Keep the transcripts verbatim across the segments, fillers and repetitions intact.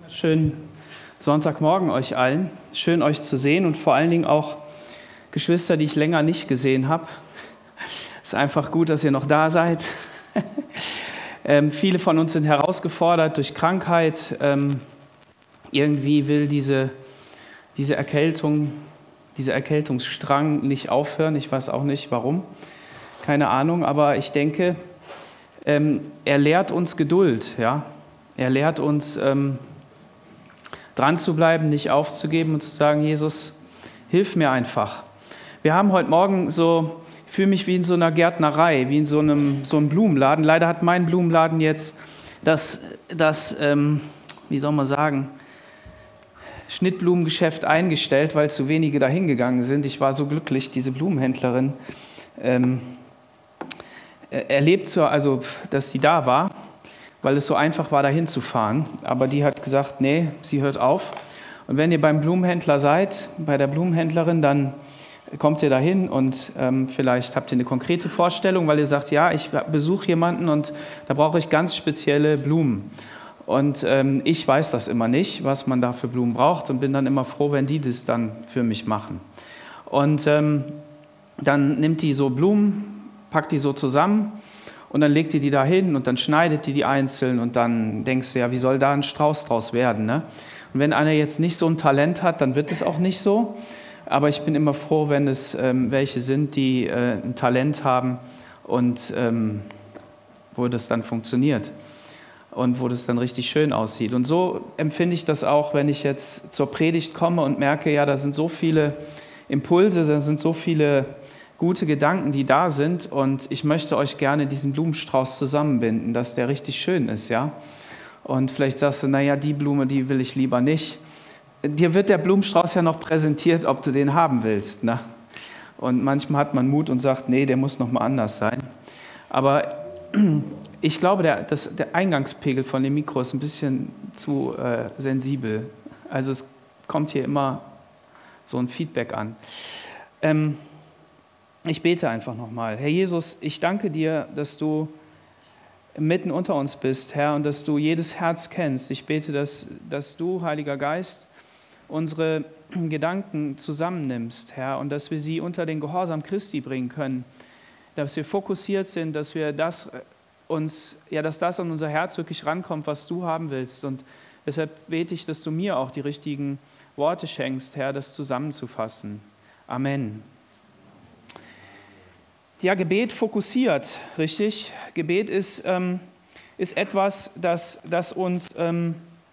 Schönen Sonntagmorgen euch allen. Schön euch zu sehen und vor allen Dingen auch Geschwister, die ich länger nicht gesehen habe. Es ist einfach gut, dass ihr noch da seid. ähm, viele von uns sind herausgefordert durch Krankheit. Ähm, irgendwie will diese, diese Erkältung, dieser Erkältungsstrang nicht aufhören. Ich weiß auch nicht, warum. Keine Ahnung, aber ich denke, ähm, er lehrt uns Geduld. Ja? Er lehrt uns, ähm, dran zu bleiben, nicht aufzugeben und zu sagen, Jesus, hilf mir einfach. Wir haben heute Morgen so, ich fühle mich wie in so einer Gärtnerei, wie in so einem, so einem Blumenladen. Leider hat mein Blumenladen jetzt das, das ähm, wie soll man sagen, Schnittblumengeschäft eingestellt, weil zu wenige dahin gegangen sind. Ich war so glücklich, diese Blumenhändlerin ähm, erlebt, also dass sie da war, weil es so einfach war, da hinzufahren. Aber die hat gesagt, nee, sie hört auf. Und wenn ihr beim Blumenhändler seid, bei der Blumenhändlerin, dann kommt ihr da hin und ähm, vielleicht habt ihr eine konkrete Vorstellung, weil ihr sagt, ja, ich besuche jemanden und da brauche ich ganz spezielle Blumen. Und ähm, ich weiß das immer nicht, was man da für Blumen braucht und bin dann immer froh, wenn die das dann für mich machen. Und ähm, dann nimmt die so Blumen, packt die so zusammen, und dann legt ihr die da hin und dann schneidet die die einzeln und dann denkst du, ja, wie soll da ein Strauß draus werden? Ne? Und wenn einer jetzt nicht so ein Talent hat, dann wird es auch nicht so. Aber ich bin immer froh, wenn es ähm, welche sind, die äh, ein Talent haben und ähm, wo das dann funktioniert und wo das dann richtig schön aussieht. Und so empfinde ich das auch, wenn ich jetzt zur Predigt komme und merke, ja, da sind so viele Impulse, da sind so viele gute Gedanken, die da sind, und ich möchte euch gerne diesen Blumenstrauß zusammenbinden, dass der richtig schön ist, ja. Und vielleicht sagst du, naja, die Blume, die will ich lieber nicht. Dir wird der Blumenstrauß ja noch präsentiert, ob du den haben willst, ne? Und manchmal hat man Mut und sagt, nee, der muss noch mal anders sein. Aber ich glaube, der, das, der Eingangspegel von dem Mikro ist ein bisschen zu äh, sensibel. Also es kommt hier immer so ein Feedback an. Ähm, Ich bete einfach nochmal. Herr Jesus, ich danke dir, dass du mitten unter uns bist, Herr, und dass du jedes Herz kennst. Ich bete, dass, dass du, Heiliger Geist, unsere Gedanken zusammennimmst, Herr, und dass wir sie unter den Gehorsam Christi bringen können, dass wir fokussiert sind, dass wir das uns, ja, dass das an unser Herz wirklich rankommt, was du haben willst. Und deshalb bete ich, dass du mir auch die richtigen Worte schenkst, Herr, das zusammenzufassen. Amen. Ja, Gebet fokussiert, richtig? Gebet ist, ähm, ist etwas, das, das, uns, ähm,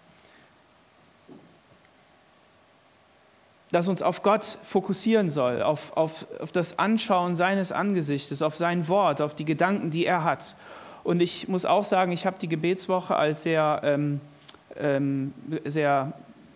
das uns auf Gott fokussieren soll, auf, auf, auf das Anschauen seines Angesichtes, auf sein Wort, auf die Gedanken, die er hat. Und ich muss auch sagen, ich habe die Gebetswoche als sehr, ähm, ähm, sehr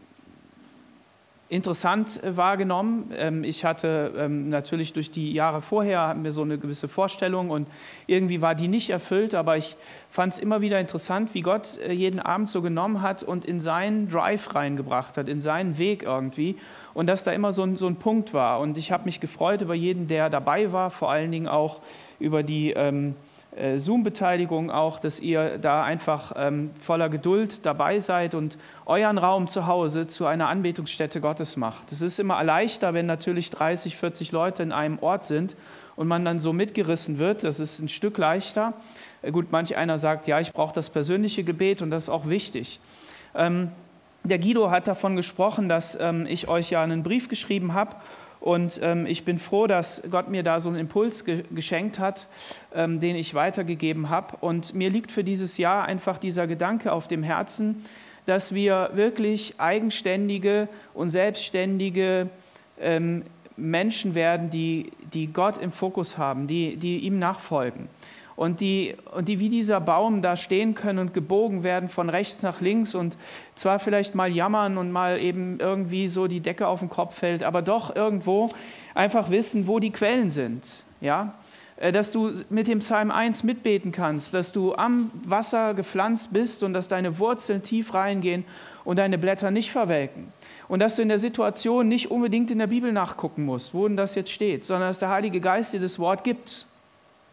interessant wahrgenommen. Ich hatte natürlich durch die Jahre vorher hatten wir so eine gewisse Vorstellung und irgendwie war die nicht erfüllt, aber ich fand es immer wieder interessant, wie Gott jeden Abend so genommen hat und in seinen Drive reingebracht hat, in seinen Weg irgendwie, und dass da immer so ein, so ein Punkt war. Und ich habe mich gefreut über jeden, der dabei war, vor allen Dingen auch über die ähm, Zoom-Beteiligung auch, dass ihr da einfach ähm, voller Geduld dabei seid und euren Raum zu Hause zu einer Anbetungsstätte Gottes macht. Es ist immer leichter, wenn natürlich dreißig, vierzig Leute in einem Ort sind und man dann so mitgerissen wird. Das ist ein Stück leichter. Gut, manch einer sagt, ja, ich brauche das persönliche Gebet, und das ist auch wichtig. Ähm, der Guido hat davon gesprochen, dass ähm, ich euch ja einen Brief geschrieben habe. Und ähm, ich bin froh, dass Gott mir da so einen Impuls ge- geschenkt hat, ähm, den ich weitergegeben habe. Und mir liegt für dieses Jahr einfach dieser Gedanke auf dem Herzen, dass wir wirklich eigenständige und selbstständige ähm, Menschen werden, die, die Gott im Fokus haben, die, die ihm nachfolgen. Und die, und die wie dieser Baum da stehen können und gebogen werden von rechts nach links und zwar vielleicht mal jammern und mal eben irgendwie so die Decke auf den Kopf fällt, aber doch irgendwo einfach wissen, wo die Quellen sind. Ja? Dass du mit dem Psalm eins mitbeten kannst, dass du am Wasser gepflanzt bist und dass deine Wurzeln tief reingehen und deine Blätter nicht verwelken. Und dass du in der Situation nicht unbedingt in der Bibel nachgucken musst, wo denn das jetzt steht, sondern dass der Heilige Geist dir das Wort gibt.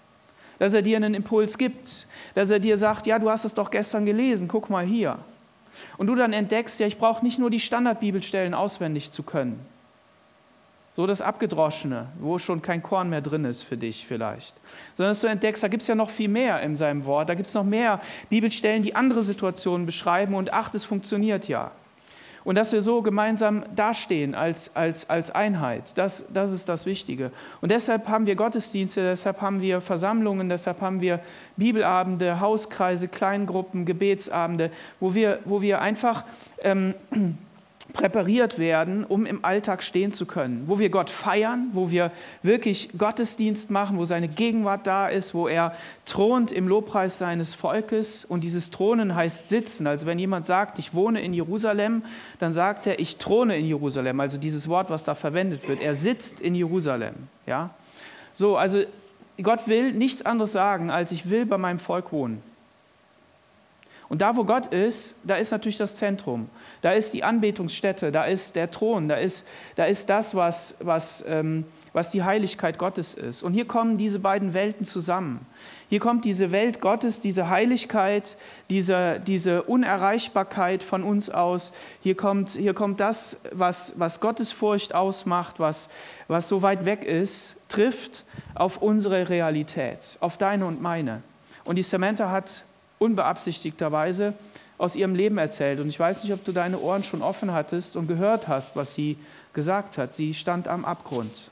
Dass er dir einen Impuls gibt, dass er dir sagt, ja, du hast es doch gestern gelesen, guck mal hier. Und du dann entdeckst, ja, ich brauche nicht nur die Standardbibelstellen auswendig zu können. So das Abgedroschene, wo schon kein Korn mehr drin ist für dich vielleicht. Sondern dass du entdeckst, da gibt es ja noch viel mehr in seinem Wort. Da gibt es noch mehr Bibelstellen, die andere Situationen beschreiben. Und ach, das funktioniert ja. Und dass wir so gemeinsam dastehen als, als, als Einheit, das, das ist das Wichtige. Und deshalb haben wir Gottesdienste, deshalb haben wir Versammlungen, deshalb haben wir Bibelabende, Hauskreise, Kleingruppen, Gebetsabende, wo wir, wo wir einfach ähm, präpariert werden, um im Alltag stehen zu können, wo wir Gott feiern, wo wir wirklich Gottesdienst machen, wo seine Gegenwart da ist, wo er thront im Lobpreis seines Volkes. Und dieses Thronen heißt sitzen. Also wenn jemand sagt, ich wohne in Jerusalem, dann sagt er, ich throne in Jerusalem. Also dieses Wort, was da verwendet wird. Er sitzt in Jerusalem. Ja? So, also Gott will nichts anderes sagen, als ich will bei meinem Volk wohnen. Und da, wo Gott ist, da ist natürlich das Zentrum. Da ist die Anbetungsstätte, da ist der Thron, da ist, da ist das, was, was, ähm, was die Heiligkeit Gottes ist. Und hier kommen diese beiden Welten zusammen. Hier kommt diese Welt Gottes, diese Heiligkeit, diese, diese Unerreichbarkeit von uns aus. Hier kommt, hier kommt das, was, was Gottesfurcht ausmacht, was, was so weit weg ist, trifft auf unsere Realität, auf deine und meine. Und die Samantha hat unbeabsichtigterweise aus ihrem Leben erzählt. Und ich weiß nicht, ob du deine Ohren schon offen hattest und gehört hast, was sie gesagt hat. Sie stand am Abgrund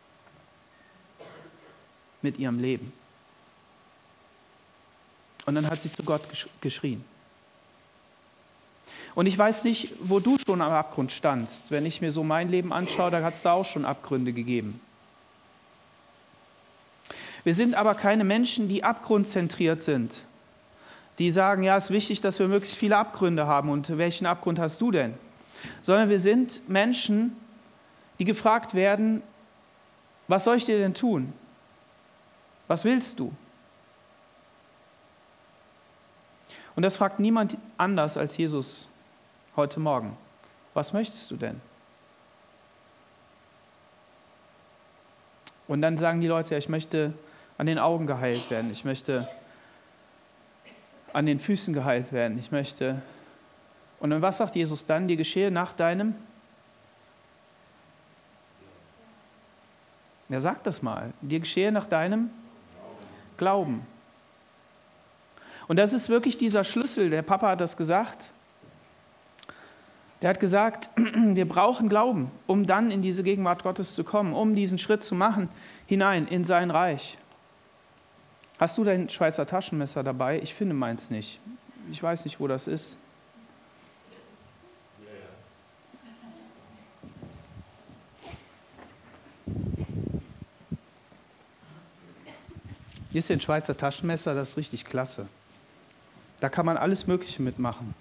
mit ihrem Leben. Und dann hat sie zu Gott geschrien. Und ich weiß nicht, wo du schon am Abgrund standst. Wenn ich mir so mein Leben anschaue, da hat es da auch schon Abgründe gegeben. Wir sind aber keine Menschen, die abgrundzentriert sind. Die sagen, ja, es ist wichtig, dass wir möglichst viele Abgründe haben. Und welchen Abgrund hast du denn? Sondern wir sind Menschen, die gefragt werden, was soll ich dir denn tun? Was willst du? Und das fragt niemand anders als Jesus heute Morgen. Was möchtest du denn? Und dann sagen die Leute, ja, ich möchte an den Augen geheilt werden. Ich möchte an den Füßen geheilt werden. Ich möchte. Und dann was sagt Jesus dann? Dir geschehe nach deinem. Er sagt das mal. Dir geschehe nach deinem Glauben. Und das ist wirklich dieser Schlüssel. Der Papa hat das gesagt. Der hat gesagt, wir brauchen Glauben, um dann in diese Gegenwart Gottes zu kommen, um diesen Schritt zu machen hinein in sein Reich. Hast du dein Schweizer Taschenmesser dabei? Ich finde meins nicht. Ich weiß nicht, wo das ist. Hier ist ein Schweizer Taschenmesser, das ist richtig klasse. Da kann man alles Mögliche mitmachen.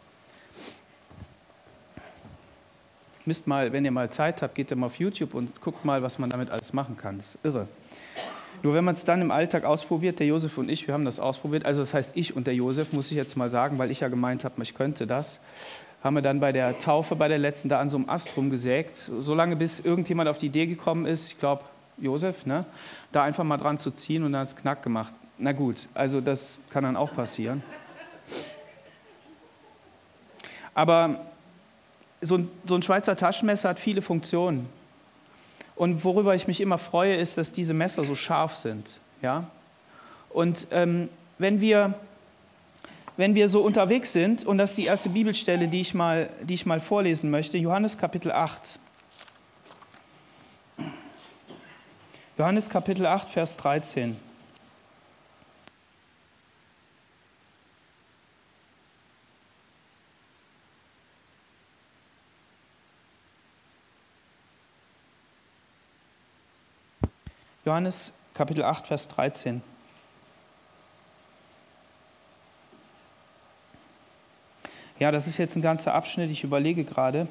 Müsst mal, wenn ihr mal Zeit habt, geht ihr mal auf YouTube und guckt mal, was man damit alles machen kann. Das ist irre. Nur wenn man es dann im Alltag ausprobiert, der Josef und ich, wir haben das ausprobiert, also das heißt ich und der Josef, muss ich jetzt mal sagen, weil ich ja gemeint habe, ich könnte das, haben wir dann bei der Taufe, bei der letzten, da an so einem Ast rumgesägt, solange bis irgendjemand auf die Idee gekommen ist, ich glaube Josef, ne, da einfach mal dran zu ziehen und dann hat es Knack gemacht. Na gut, also das kann dann auch passieren. Aber so ein, so ein Schweizer Taschenmesser hat viele Funktionen. Und worüber ich mich immer freue, ist, dass diese Messer so scharf sind. Ja? Und ähm, wenn wir, wenn wir so unterwegs sind, und das ist die erste Bibelstelle, die ich mal, die ich mal vorlesen möchte, Johannes Kapitel acht. Johannes Kapitel acht, Vers dreizehn. Johannes Kapitel acht, Vers dreizehn. Ja, das ist jetzt ein ganzer Abschnitt, ich überlege gerade.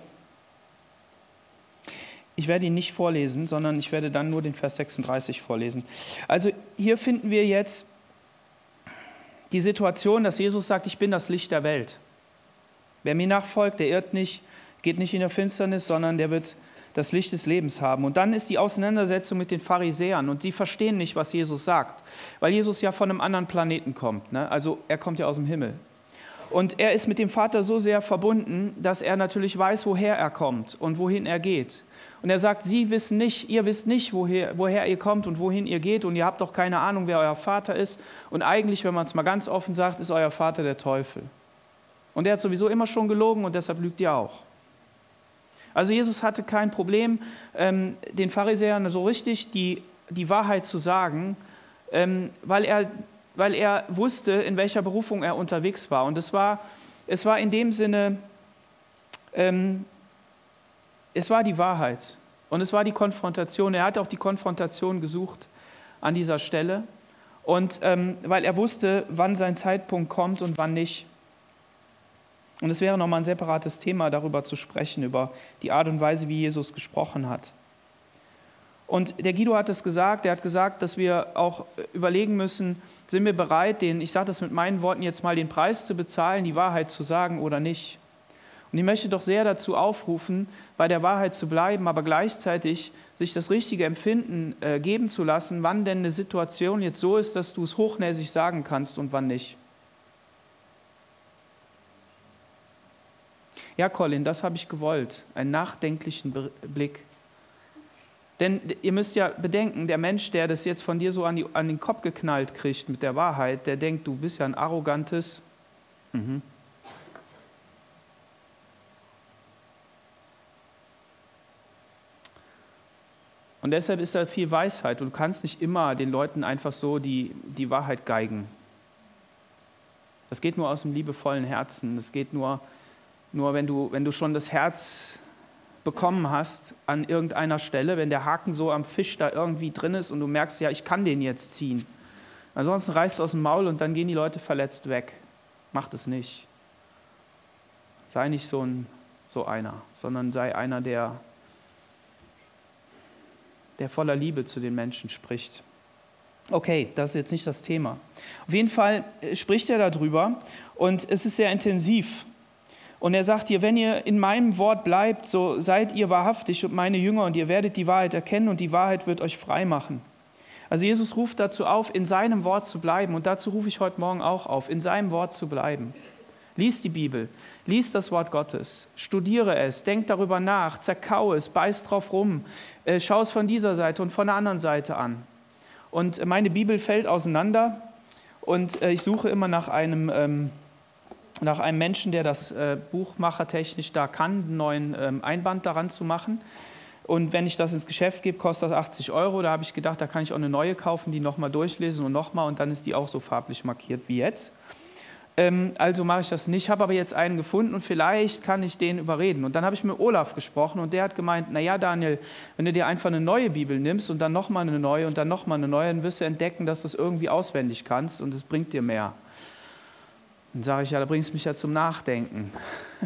Ich werde ihn nicht vorlesen, sondern ich werde dann nur den Vers sechsunddreißig vorlesen. Also hier finden wir jetzt die Situation, dass Jesus sagt, ich bin das Licht der Welt. Wer mir nachfolgt, der irrt nicht, geht nicht in der Finsternis, sondern der wird das Licht des Lebens haben. Und dann ist die Auseinandersetzung mit den Pharisäern und sie verstehen nicht, was Jesus sagt, weil Jesus ja von einem anderen Planeten kommt. Ne? Also er kommt ja aus dem Himmel. Und er ist mit dem Vater so sehr verbunden, dass er natürlich weiß, woher er kommt und wohin er geht. Und er sagt, Sie wissen nicht, ihr wisst nicht, woher, woher ihr kommt und wohin ihr geht und ihr habt doch keine Ahnung, wer euer Vater ist. Und eigentlich, wenn man es mal ganz offen sagt, ist euer Vater der Teufel. Und er hat sowieso immer schon gelogen und deshalb lügt ihr auch. Also Jesus hatte kein Problem, ähm, den Pharisäern so richtig die, die Wahrheit zu sagen, ähm, weil er, weil er wusste, in welcher Berufung er unterwegs war. Und es war, es war in dem Sinne... Ähm, Es war die Wahrheit und es war die Konfrontation. Er hat auch die Konfrontation gesucht an dieser Stelle, und ähm, weil er wusste, wann sein Zeitpunkt kommt und wann nicht. Und es wäre nochmal ein separates Thema, darüber zu sprechen, über die Art und Weise, wie Jesus gesprochen hat. Und der Guido hat es gesagt, er hat gesagt, dass wir auch überlegen müssen, sind wir bereit, den, ich sage das mit meinen Worten jetzt mal, den Preis zu bezahlen, die Wahrheit zu sagen oder nicht. Und ich möchte doch sehr dazu aufrufen, bei der Wahrheit zu bleiben, aber gleichzeitig sich das richtige Empfinden äh, geben zu lassen, wann denn eine Situation jetzt so ist, dass du es hochnäsig sagen kannst und wann nicht. Ja, Colin, das habe ich gewollt, einen nachdenklichen Blick. Denn ihr müsst ja bedenken, der Mensch, der das jetzt von dir so an, die, an den Kopf geknallt kriegt mit der Wahrheit, der denkt, du bist ja ein arrogantes... Mhm. Und deshalb ist da viel Weisheit. Du kannst nicht immer den Leuten einfach so die, die Wahrheit geigen. Das geht nur aus dem liebevollen Herzen. Das geht nur, nur wenn du, wenn du schon das Herz bekommen hast an irgendeiner Stelle, wenn der Haken so am Fisch da irgendwie drin ist und du merkst, ja, ich kann den jetzt ziehen. Ansonsten reißt du aus dem Maul und dann gehen die Leute verletzt weg. Mach das nicht. Sei nicht so, ein, so einer, sondern sei einer, der... der voller Liebe zu den Menschen spricht. Okay, das ist jetzt nicht das Thema. Auf jeden Fall spricht er darüber und es ist sehr intensiv. Und er sagt hier, wenn ihr in meinem Wort bleibt, so seid ihr wahrhaftig und meine Jünger und ihr werdet die Wahrheit erkennen und die Wahrheit wird euch frei machen. Also Jesus ruft dazu auf, in seinem Wort zu bleiben, und dazu rufe ich heute Morgen auch auf, in seinem Wort zu bleiben. Lies die Bibel, lies das Wort Gottes, studiere es, denk darüber nach, zerkau es, beiß drauf rum, äh, schau es von dieser Seite und von der anderen Seite an. Und meine Bibel fällt auseinander und äh, ich suche immer nach einem, ähm, nach einem Menschen, der das äh, buchmachertechnisch da kann, einen neuen ähm, Einband daran zu machen. Und wenn ich das ins Geschäft gebe, kostet das achtzig Euro. Da habe ich gedacht, da kann ich auch eine neue kaufen, die nochmal durchlesen und nochmal, und dann ist die auch so farblich markiert wie jetzt. Also mache ich das nicht, habe aber jetzt einen gefunden und vielleicht kann ich den überreden. Und dann habe ich mit Olaf gesprochen und der hat gemeint, naja Daniel, wenn du dir einfach eine neue Bibel nimmst und dann nochmal eine neue und dann nochmal eine neue, dann wirst du entdecken, dass du es irgendwie auswendig kannst und es bringt dir mehr. Dann sage ich, ja, da bringst du mich ja zum Nachdenken.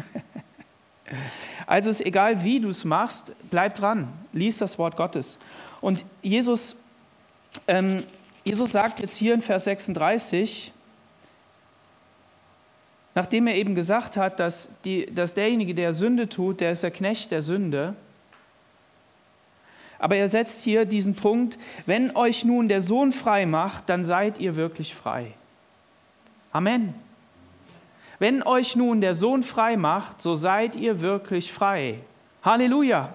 Also ist egal, wie du es machst, bleib dran, lies das Wort Gottes. Und Jesus, ähm, Jesus sagt jetzt hier in Vers sechsunddreißig, nachdem er eben gesagt hat, dass, die, dass derjenige, der Sünde tut, der ist der Knecht der Sünde. Aber er setzt hier diesen Punkt, wenn euch nun der Sohn frei macht, dann seid ihr wirklich frei. Amen. Wenn euch nun der Sohn frei macht, so seid ihr wirklich frei. Halleluja.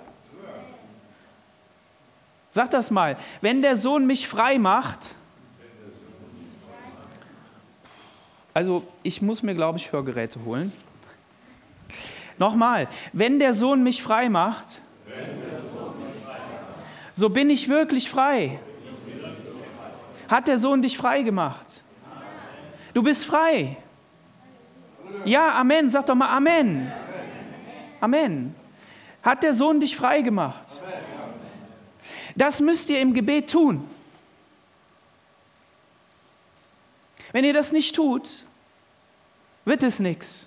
Sag das mal. Wenn der Sohn mich frei macht... Also ich muss mir, glaube ich, Hörgeräte holen. Nochmal, wenn der Sohn mich frei macht, so bin ich wirklich frei. Hat der Sohn dich frei gemacht? Du bist frei. Ja, Amen, sag doch mal Amen. Amen. Hat der Sohn dich frei gemacht? Das müsst ihr im Gebet tun. Wenn ihr das nicht tut, wird es nichts.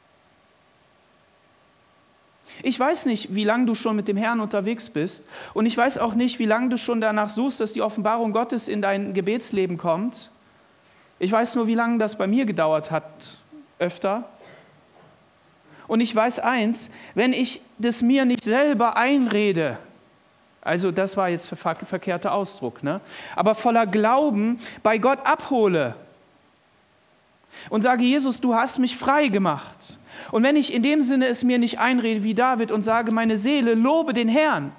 Ich weiß nicht, wie lange du schon mit dem Herrn unterwegs bist, und ich weiß auch nicht, wie lange du schon danach suchst, dass die Offenbarung Gottes in dein Gebetsleben kommt. Ich weiß nur, wie lange das bei mir gedauert hat, öfter. Und ich weiß eins, wenn ich das mir nicht selber einrede, also das war jetzt der verkehrte Ausdruck, ne? Aber voller Glauben bei Gott abhole, und sage, Jesus, du hast mich frei gemacht. Und wenn ich in dem Sinne es mir nicht einrede wie David und sage, meine Seele, lobe den Herrn,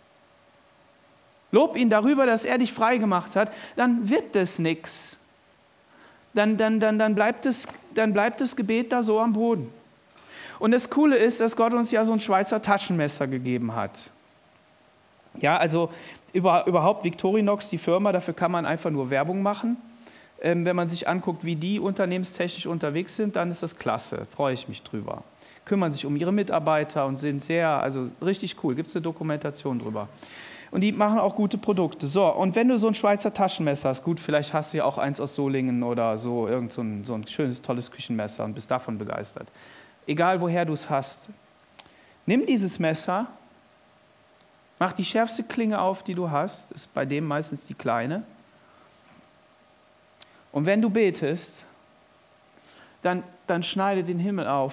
lob ihn darüber, dass er dich frei gemacht hat, dann wird das nichts. Dann, dann, dann, dann, bleibt das, dann bleibt das Gebet da so am Boden. Und das Coole ist, dass Gott uns ja so ein Schweizer Taschenmesser gegeben hat. Ja, also über, überhaupt Victorinox, die Firma, dafür kann man einfach nur Werbung machen. Ähm, wenn man sich anguckt, wie die unternehmenstechnisch unterwegs sind, dann ist das klasse, freue ich mich drüber. Kümmern sich um ihre Mitarbeiter und sind sehr, also richtig cool, gibt es eine Dokumentation drüber. Und die machen auch gute Produkte. So, und wenn du so ein Schweizer Taschenmesser hast, gut, vielleicht hast du ja auch eins aus Solingen oder so, irgend so ein, so ein schönes, tolles Küchenmesser und bist davon begeistert. Egal, woher du es hast. Nimm dieses Messer, mach die schärfste Klinge auf, die du hast, ist bei dem meistens die kleine. Und wenn du betest, dann, dann schneide den Himmel auf.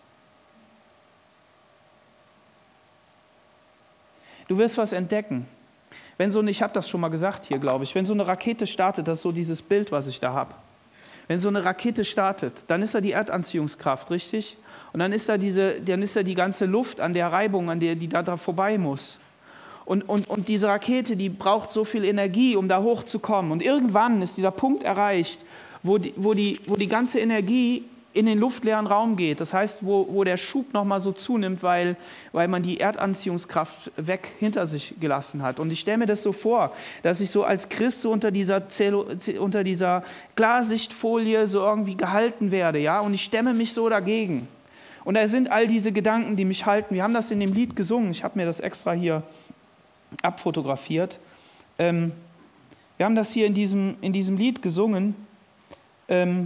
Du wirst was entdecken. Wenn so eine, ich habe das schon mal gesagt hier, glaube ich, wenn so eine Rakete startet, das ist so dieses Bild, was ich da habe. Wenn so eine Rakete startet, dann ist da die Erdanziehungskraft, richtig? Und dann ist da, diese, dann ist da die ganze Luft an der Reibung, an der die da, da vorbei muss. Und, und, und diese Rakete, die braucht so viel Energie, um da hochzukommen. Und irgendwann ist dieser Punkt erreicht, wo die, wo die, wo die ganze Energie in den luftleeren Raum geht. Das heißt, wo, wo der Schub nochmal so zunimmt, weil, weil man die Erdanziehungskraft weg hinter sich gelassen hat. Und ich stelle mir das so vor, dass ich so als Christ so unter dieser, Zello, unter dieser Klarsichtfolie so irgendwie gehalten werde. Ja? Und ich stemme mich so dagegen. Und da sind all diese Gedanken, die mich halten. Wir haben das in dem Lied gesungen. Ich habe mir das extra hier abfotografiert. Ähm, wir haben das hier in diesem, in diesem Lied gesungen. Ähm,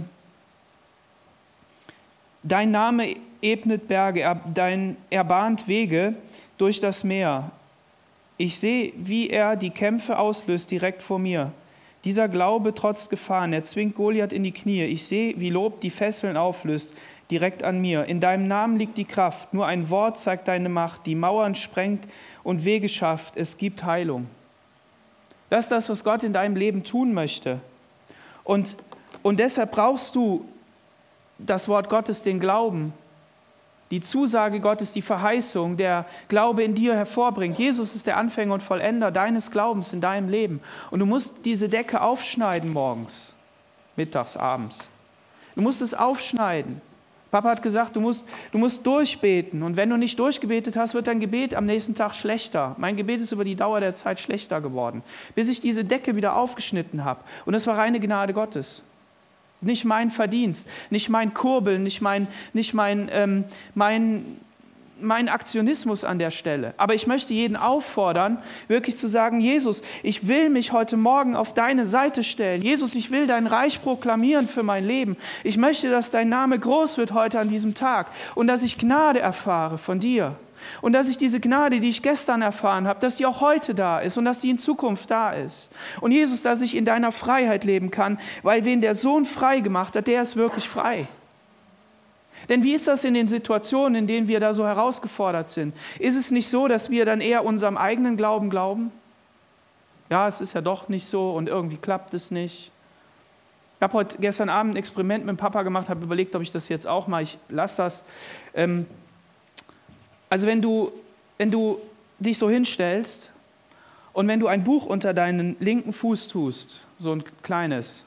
Dein Name ebnet Berge, er, dein, er bahnt Wege durch das Meer. Ich sehe, wie er die Kämpfe auslöst direkt vor mir. Dieser Glaube trotzt Gefahren, er zwingt Goliath in die Knie. Ich sehe, wie Lob die Fesseln auflöst, direkt an mir. In deinem Namen liegt die Kraft, nur ein Wort zeigt deine Macht, die Mauern sprengt und Wege schafft, es gibt Heilung. Das ist das, was Gott in deinem Leben tun möchte. Und, und deshalb brauchst du das Wort Gottes, den Glauben, die Zusage Gottes, die Verheißung, der Glaube in dir hervorbringt. Jesus ist der Anfänger und Vollender deines Glaubens in deinem Leben. Und du musst diese Decke aufschneiden morgens, mittags, abends. Du musst es aufschneiden. Papa hat gesagt, du musst, du musst durchbeten. Und wenn du nicht durchgebetet hast, wird dein Gebet am nächsten Tag schlechter. Mein Gebet ist über die Dauer der Zeit schlechter geworden, bis ich diese Decke wieder aufgeschnitten habe. Und das war reine Gnade Gottes. Nicht mein Verdienst, nicht mein Kurbeln, nicht mein, nicht mein, ähm, mein, mein Aktionismus an der Stelle. Aber ich möchte jeden auffordern, wirklich zu sagen, Jesus, ich will mich heute Morgen auf deine Seite stellen. Jesus, ich will dein Reich proklamieren für mein Leben. Ich möchte, dass dein Name groß wird heute an diesem Tag und dass ich Gnade erfahre von dir. Und dass ich diese Gnade, die ich gestern erfahren habe, dass sie auch heute da ist und dass sie in Zukunft da ist. Und Jesus, dass ich in deiner Freiheit leben kann, weil wen der Sohn frei gemacht hat, der ist wirklich frei. Denn wie ist das in den Situationen, in denen wir da so herausgefordert sind? Ist es nicht so, dass wir dann eher unserem eigenen Glauben glauben? Ja, es ist ja doch nicht so und irgendwie klappt es nicht. Ich habe heute gestern Abend ein Experiment mit dem Papa gemacht, habe überlegt, ob ich das jetzt auch mache. Ich lasse das. Ähm, Also wenn du, wenn du dich so hinstellst und wenn du ein Buch unter deinen linken Fuß tust, so ein kleines,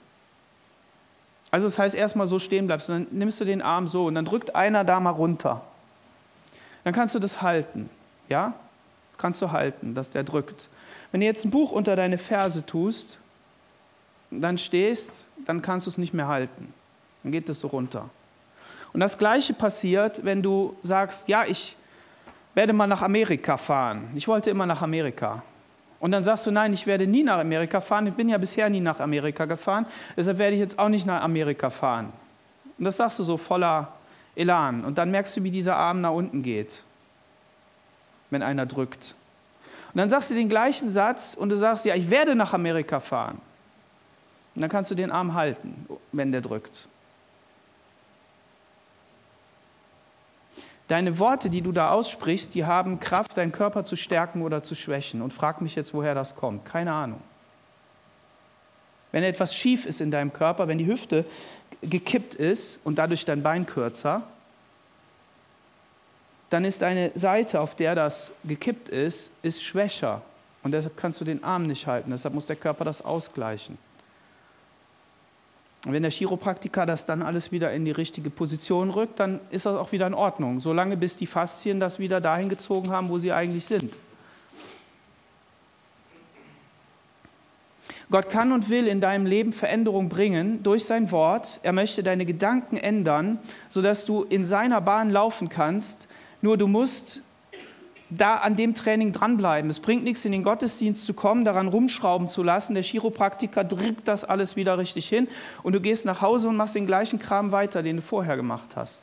also das heißt erstmal so stehen bleibst, und dann nimmst du den Arm so und dann drückt einer da mal runter. Dann kannst du das halten, ja? Kannst du halten, dass der drückt. Wenn du jetzt ein Buch unter deine Ferse tust, dann stehst, dann kannst du es nicht mehr halten. Dann geht es so runter. Und das Gleiche passiert, wenn du sagst, ja, ich werde mal nach Amerika fahren. Ich wollte immer nach Amerika. Und dann sagst du, nein, ich werde nie nach Amerika fahren. Ich bin ja bisher nie nach Amerika gefahren. Deshalb werde ich jetzt auch nicht nach Amerika fahren. Und das sagst du so voller Elan. Und dann merkst du, wie dieser Arm nach unten geht, wenn einer drückt. Und dann sagst du den gleichen Satz und du sagst, ja, ich werde nach Amerika fahren. Und dann kannst du den Arm halten, wenn der drückt. Deine Worte, die du da aussprichst, die haben Kraft, deinen Körper zu stärken oder zu schwächen. Und frag mich jetzt, woher das kommt. Keine Ahnung. Wenn etwas schief ist in deinem Körper, wenn die Hüfte gekippt ist und dadurch dein Bein kürzer, dann ist eine Seite, auf der das gekippt ist, ist schwächer. Und deshalb kannst du den Arm nicht halten. Deshalb muss der Körper das ausgleichen. Und wenn der Chiropraktiker das dann alles wieder in die richtige Position rückt, dann ist das auch wieder in Ordnung. Solange bis die Faszien das wieder dahin gezogen haben, wo sie eigentlich sind. Gott kann und will in deinem Leben Veränderung bringen durch sein Wort. Er möchte deine Gedanken ändern, sodass du in seiner Bahn laufen kannst. Nur du musst da an dem Training dranbleiben. Es bringt nichts, in den Gottesdienst zu kommen, daran rumschrauben zu lassen. Der Chiropraktiker drückt das alles wieder richtig hin und du gehst nach Hause und machst den gleichen Kram weiter, den du vorher gemacht hast.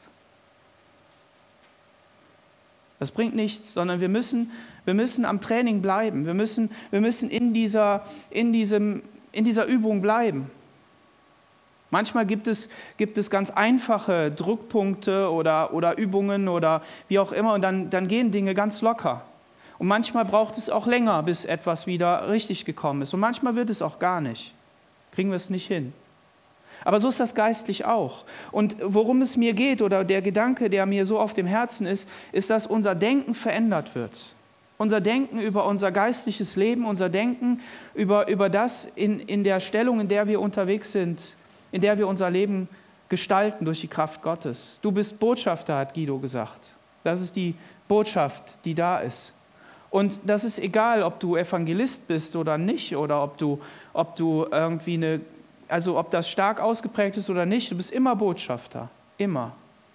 Das bringt nichts, sondern wir müssen, wir müssen am Training bleiben. Wir müssen, wir müssen in dieser, in diesem, in dieser Übung bleiben. Manchmal gibt es, gibt es ganz einfache Druckpunkte oder, oder Übungen oder wie auch immer und dann, dann gehen Dinge ganz locker. Und manchmal braucht es auch länger, bis etwas wieder richtig gekommen ist. Und manchmal wird es auch gar nicht. Kriegen wir es nicht hin. Aber so ist das geistlich auch. Und worum es mir geht oder der Gedanke, der mir so auf dem Herzen ist, ist, dass unser Denken verändert wird. Unser Denken über unser geistliches Leben, unser Denken über, über das in, in der Stellung, in der wir unterwegs sind, in der wir unser Leben gestalten durch die Kraft Gottes. Du bist Botschafter, hat Guido gesagt. Das ist die Botschaft, die da ist. Und das ist egal, ob du Evangelist bist oder nicht, oder ob du, ob du irgendwie eine, also ob das stark ausgeprägt ist oder nicht, du bist immer Botschafter, immer.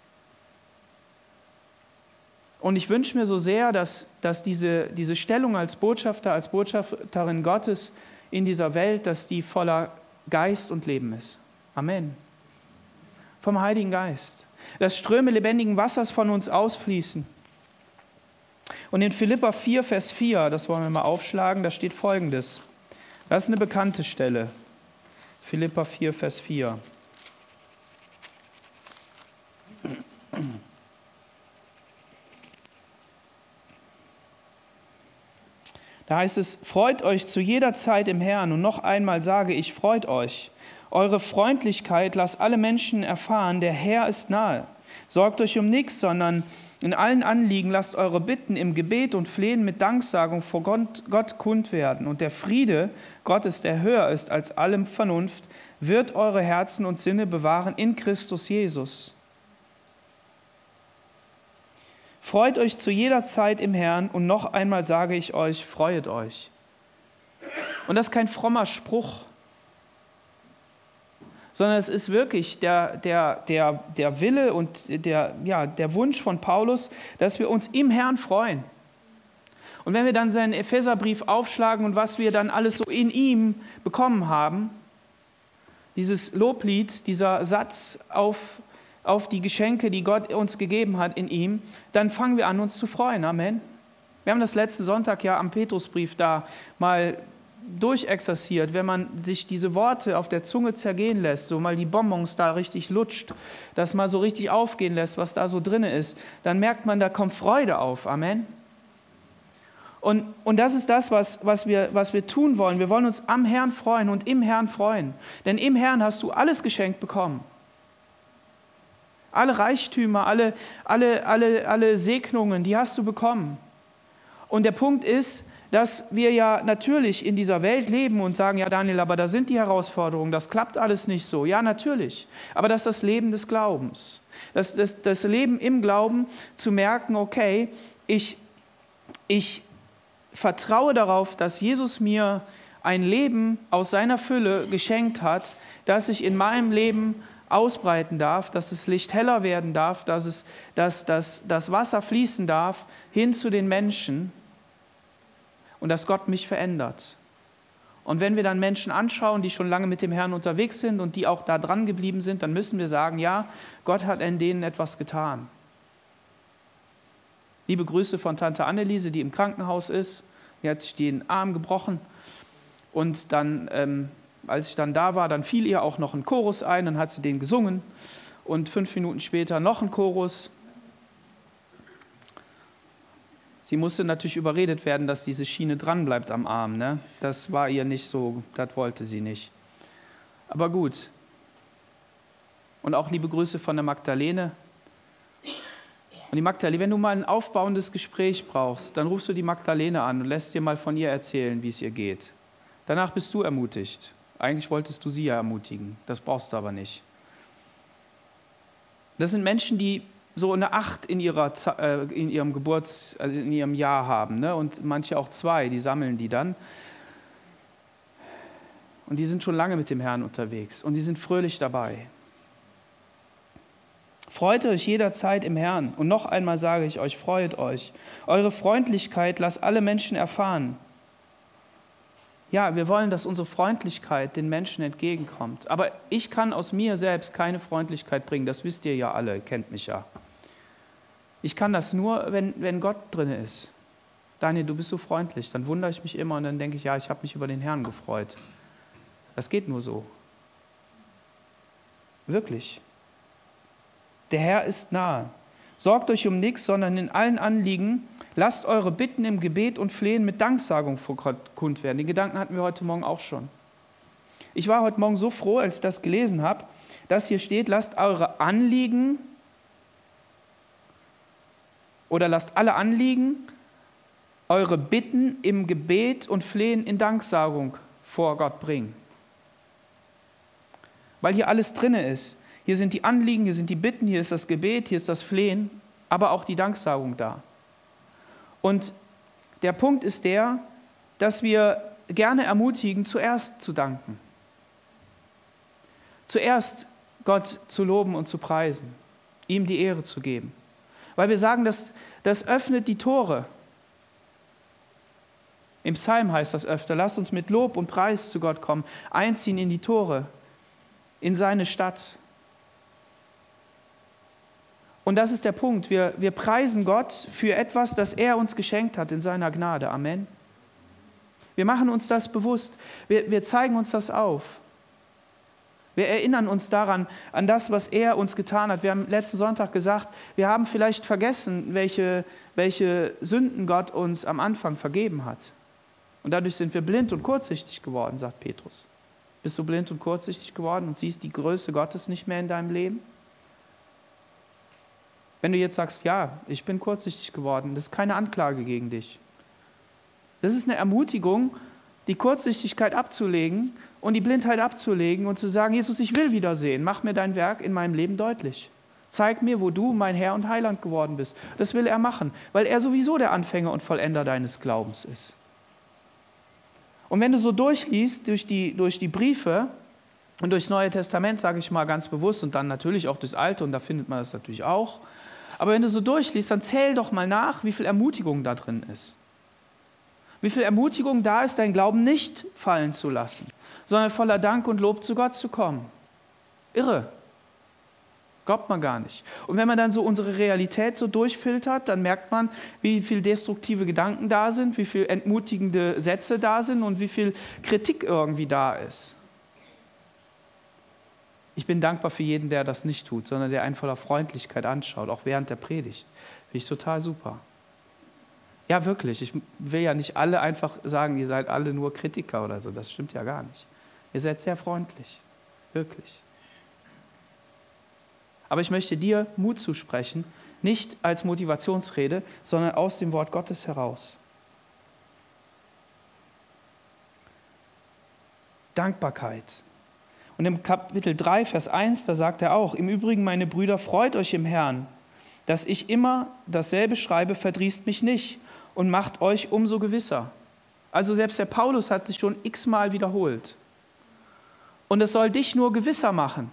Und ich wünsche mir so sehr, dass, dass diese, diese Stellung als Botschafter, als Botschafterin Gottes in dieser Welt, dass die voller Geist und Leben ist. Amen. Vom Heiligen Geist. Dass Ströme lebendigen Wassers von uns ausfließen. Und in Philipper vier, Vers vier, das wollen wir mal aufschlagen, da steht Folgendes. Das ist eine bekannte Stelle. Philipper vier, Vers vier. Da heißt es, freut euch zu jeder Zeit im Herrn. Und noch einmal sage ich, freut euch. Eure Freundlichkeit lasst alle Menschen erfahren, der Herr ist nahe. Sorgt euch um nichts, sondern in allen Anliegen lasst eure Bitten im Gebet und Flehen mit Danksagung vor Gott, Gott kund werden. Und der Friede Gottes, der höher ist als allem Vernunft, wird eure Herzen und Sinne bewahren in Christus Jesus. Freut euch zu jeder Zeit im Herrn und noch einmal sage ich euch, freuet euch. Und das ist kein frommer Spruch, sondern es ist wirklich der, der, der, der Wille und der, ja, der Wunsch von Paulus, dass wir uns im Herrn freuen. Und wenn wir dann seinen Epheserbrief aufschlagen und was wir dann alles so in ihm bekommen haben, dieses Loblied, dieser Satz auf, auf die Geschenke, die Gott uns gegeben hat in ihm, dann fangen wir an, uns zu freuen. Amen. Wir haben das letzten Sonntag ja am Petrusbrief da mal durchexerziert, wenn man sich diese Worte auf der Zunge zergehen lässt, so mal die Bonbons da richtig lutscht, das mal so richtig aufgehen lässt, was da so drin ist, dann merkt man, da kommt Freude auf. Amen. Und, und das ist das, was, was, wir, was wir tun wollen. Wir wollen uns am Herrn freuen und im Herrn freuen. Denn im Herrn hast du alles geschenkt bekommen. Alle Reichtümer, alle, alle, alle, alle Segnungen, die hast du bekommen. Und der Punkt ist, dass wir ja natürlich in dieser Welt leben und sagen, ja Daniel, aber da sind die Herausforderungen, das klappt alles nicht so. Ja, natürlich. Aber das ist das Leben des Glaubens. Das, das, das Leben im Glauben zu merken, okay, ich, ich vertraue darauf, dass Jesus mir ein Leben aus seiner Fülle geschenkt hat, dass ich in meinem Leben ausbreiten darf, dass das Licht heller werden darf, dass, es, dass, dass das Wasser fließen darf hin zu den Menschen und dass Gott mich verändert. Und wenn wir dann Menschen anschauen, die schon lange mit dem Herrn unterwegs sind und die auch da dran geblieben sind, dann müssen wir sagen, ja, Gott hat in denen etwas getan. Liebe Grüße von Tante Anneliese, die im Krankenhaus ist. Die hat sich den Arm gebrochen und dann, ähm, als ich dann da war, dann fiel ihr auch noch ein Chorus ein, dann hat sie den gesungen und fünf Minuten später noch ein Chorus. Sie musste natürlich überredet werden, dass diese Schiene dran bleibt am Arm. Ne? Das war ihr nicht so, das wollte sie nicht. Aber gut. Und auch liebe Grüße von der Magdalene. Und die Magdalene, wenn du mal ein aufbauendes Gespräch brauchst, dann rufst du die Magdalene an und lässt dir mal von ihr erzählen, wie es ihr geht. Danach bist du ermutigt. Eigentlich wolltest du sie ja ermutigen, das brauchst du aber nicht. Das sind Menschen, die so eine Acht in, ihrer, äh, in ihrem Geburts-, also in ihrem Jahr haben, ne? Und manche auch zwei, die sammeln die dann. Und die sind schon lange mit dem Herrn unterwegs und die sind fröhlich dabei. Freut euch jederzeit im Herrn. Und noch einmal sage ich euch, freut euch. Eure Freundlichkeit lasst alle Menschen erfahren. Ja, wir wollen, dass unsere Freundlichkeit den Menschen entgegenkommt. Aber ich kann aus mir selbst keine Freundlichkeit bringen. Das wisst ihr ja alle, kennt mich ja. Ich kann das nur, wenn, wenn Gott drin ist. Daniel, du bist so freundlich. Dann wundere ich mich immer und dann denke ich, ja, ich habe mich über den Herrn gefreut. Das geht nur so. Wirklich. Der Herr ist nahe. Sorgt euch um nichts, sondern in allen Anliegen lasst eure Bitten im Gebet und Flehen mit Danksagung vor Gott kund werden. Den Gedanken hatten wir heute Morgen auch schon. Ich war heute Morgen so froh, als ich das gelesen habe, dass hier steht, lasst eure Anliegen oder lasst alle Anliegen, eure Bitten im Gebet und Flehen in Danksagung vor Gott bringen. Weil hier alles drin ist. Hier sind die Anliegen, hier sind die Bitten, hier ist das Gebet, hier ist das Flehen, aber auch die Danksagung da. Und der Punkt ist der, dass wir gerne ermutigen, zuerst zu danken. Zuerst Gott zu loben und zu preisen, ihm die Ehre zu geben. Weil wir sagen, dass das öffnet die Tore. Im Psalm heißt das öfter, lasst uns mit Lob und Preis zu Gott kommen, einziehen in die Tore, in seine Stadt. Und das ist der Punkt. Wir, wir preisen Gott für etwas, das er uns geschenkt hat in seiner Gnade. Amen. Wir machen uns das bewusst. Wir, wir zeigen uns das auf. Wir erinnern uns daran, an das, was er uns getan hat. Wir haben letzten Sonntag gesagt, wir haben vielleicht vergessen, welche, welche Sünden Gott uns am Anfang vergeben hat. Und dadurch sind wir blind und kurzsichtig geworden, sagt Petrus. Bist du blind und kurzsichtig geworden und siehst die Größe Gottes nicht mehr in deinem Leben? Wenn du jetzt sagst, ja, ich bin kurzsichtig geworden, das ist keine Anklage gegen dich. Das ist eine Ermutigung, die Kurzsichtigkeit abzulegen und die Blindheit abzulegen und zu sagen, Jesus, ich will wiedersehen, mach mir dein Werk in meinem Leben deutlich. Zeig mir, wo du mein Herr und Heiland geworden bist. Das will er machen, weil er sowieso der Anfänger und Vollender deines Glaubens ist. Und wenn du so durchliest, durch die, durch die Briefe und durchs Neue Testament, sage ich mal ganz bewusst, und dann natürlich auch durchs Alte, und da findet man das natürlich auch, aber wenn du so durchliest, dann zähl doch mal nach, wie viel Ermutigung da drin ist. Wie viel Ermutigung da ist, deinen Glauben nicht fallen zu lassen, sondern voller Dank und Lob zu Gott zu kommen. Irre. Glaubt man gar nicht. Und wenn man dann so unsere Realität so durchfiltert, dann merkt man, wie viel destruktive Gedanken da sind, wie viel entmutigende Sätze da sind und wie viel Kritik irgendwie da ist. Ich bin dankbar für jeden, der das nicht tut, sondern der einen voller Freundlichkeit anschaut, auch während der Predigt. Finde ich total super. Ja, wirklich. Ich will ja nicht alle einfach sagen, ihr seid alle nur Kritiker oder so. Das stimmt ja gar nicht. Ihr seid sehr freundlich. Wirklich. Aber ich möchte dir Mut zusprechen, nicht als Motivationsrede, sondern aus dem Wort Gottes heraus. Dankbarkeit. Und im Kapitel drei, Vers eins, da sagt er auch, im Übrigen, meine Brüder, freut euch im Herrn, dass ich immer dasselbe schreibe, verdrießt mich nicht und macht euch umso gewisser. Also selbst der Paulus hat sich schon x-mal wiederholt. Und es soll dich nur gewisser machen.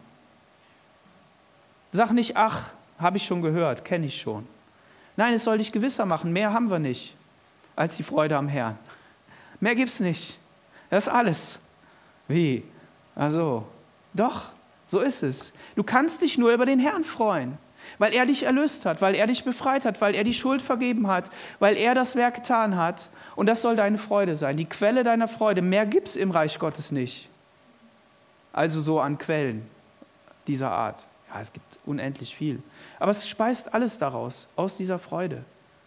Sag nicht, ach, habe ich schon gehört, kenne ich schon. Nein, es soll dich gewisser machen. Mehr haben wir nicht als die Freude am Herrn. Mehr gibt's nicht. Das ist alles. Wie? Also, doch, so ist es. Du kannst dich nur über den Herrn freuen, weil er dich erlöst hat, weil er dich befreit hat, weil er die Schuld vergeben hat, weil er das Werk getan hat. Und das soll deine Freude sein, die Quelle deiner Freude. Mehr gibt's im Reich Gottes nicht. Also so an Quellen dieser Art. Ja, es gibt unendlich viel. Aber es speist alles daraus, aus dieser Freude.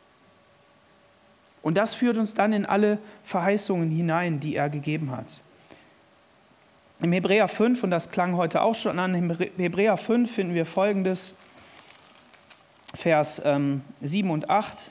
Und das führt uns dann in alle Verheißungen hinein, die er gegeben hat. Im Hebräer fünf, und das klang heute auch schon an, im Hebräer fünf finden wir Folgendes, Vers ähm, sieben und acht.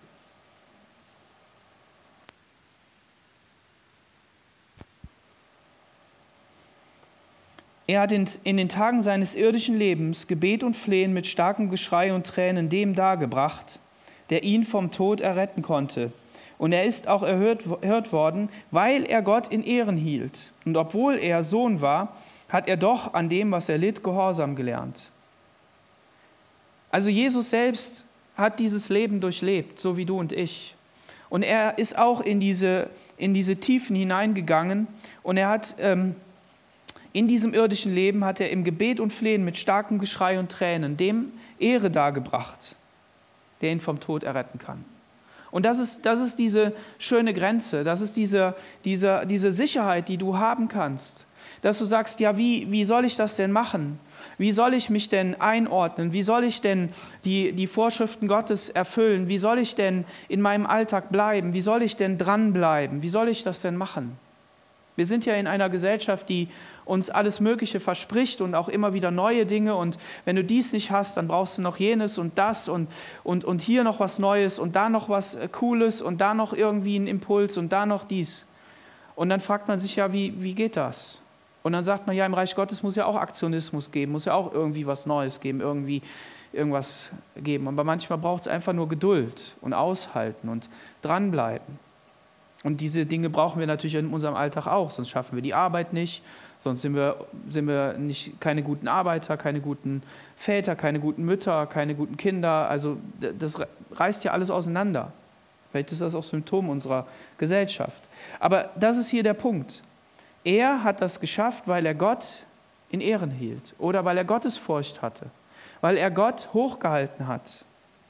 Er hat in, in den Tagen seines irdischen Lebens Gebet und Flehen mit starkem Geschrei und Tränen dem dargebracht, der ihn vom Tod erretten konnte. Und er ist auch erhört, erhört worden, weil er Gott in Ehren hielt. Und obwohl er Sohn war, hat er doch an dem, was er litt, Gehorsam gelernt. Also Jesus selbst hat dieses Leben durchlebt, so wie du und ich. Und er ist auch in diese, in diese Tiefen hineingegangen und er hat... Ähm, In diesem irdischen Leben hat er im Gebet und Flehen mit starkem Geschrei und Tränen dem Ehre dargebracht, der ihn vom Tod erretten kann. Und das ist, das ist diese schöne Grenze, das ist diese, diese, diese Sicherheit, die du haben kannst, dass du sagst, ja, wie, wie soll ich das denn machen? Wie soll ich mich denn einordnen? Wie soll ich denn die, die Vorschriften Gottes erfüllen? Wie soll ich denn in meinem Alltag bleiben? Wie soll ich denn dranbleiben? Wie soll ich das denn machen? Wir sind ja in einer Gesellschaft, die uns alles Mögliche verspricht und auch immer wieder neue Dinge. Und wenn du dies nicht hast, dann brauchst du noch jenes und das und, und, und hier noch was Neues und da noch was Cooles und da noch irgendwie ein Impuls und da noch dies. Und dann fragt man sich ja, wie, wie geht das? Und dann sagt man, ja, im Reich Gottes muss ja auch Aktionismus geben, muss ja auch irgendwie was Neues geben, irgendwie irgendwas geben. Aber manchmal braucht es einfach nur Geduld und Aushalten und dranbleiben. Und diese Dinge brauchen wir natürlich in unserem Alltag auch, sonst schaffen wir die Arbeit nicht, sonst sind wir, sind wir nicht, keine guten Arbeiter, keine guten Väter, keine guten Mütter, keine guten Kinder. Also das reißt ja alles auseinander. Vielleicht ist das auch Symptom unserer Gesellschaft. Aber das ist hier der Punkt. Er hat das geschafft, weil er Gott in Ehren hielt oder weil er Gottesfurcht hatte, weil er Gott hochgehalten hat.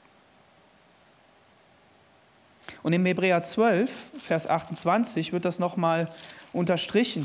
Und im Hebräer zwölf, Vers achtundzwanzig, wird das nochmal unterstrichen.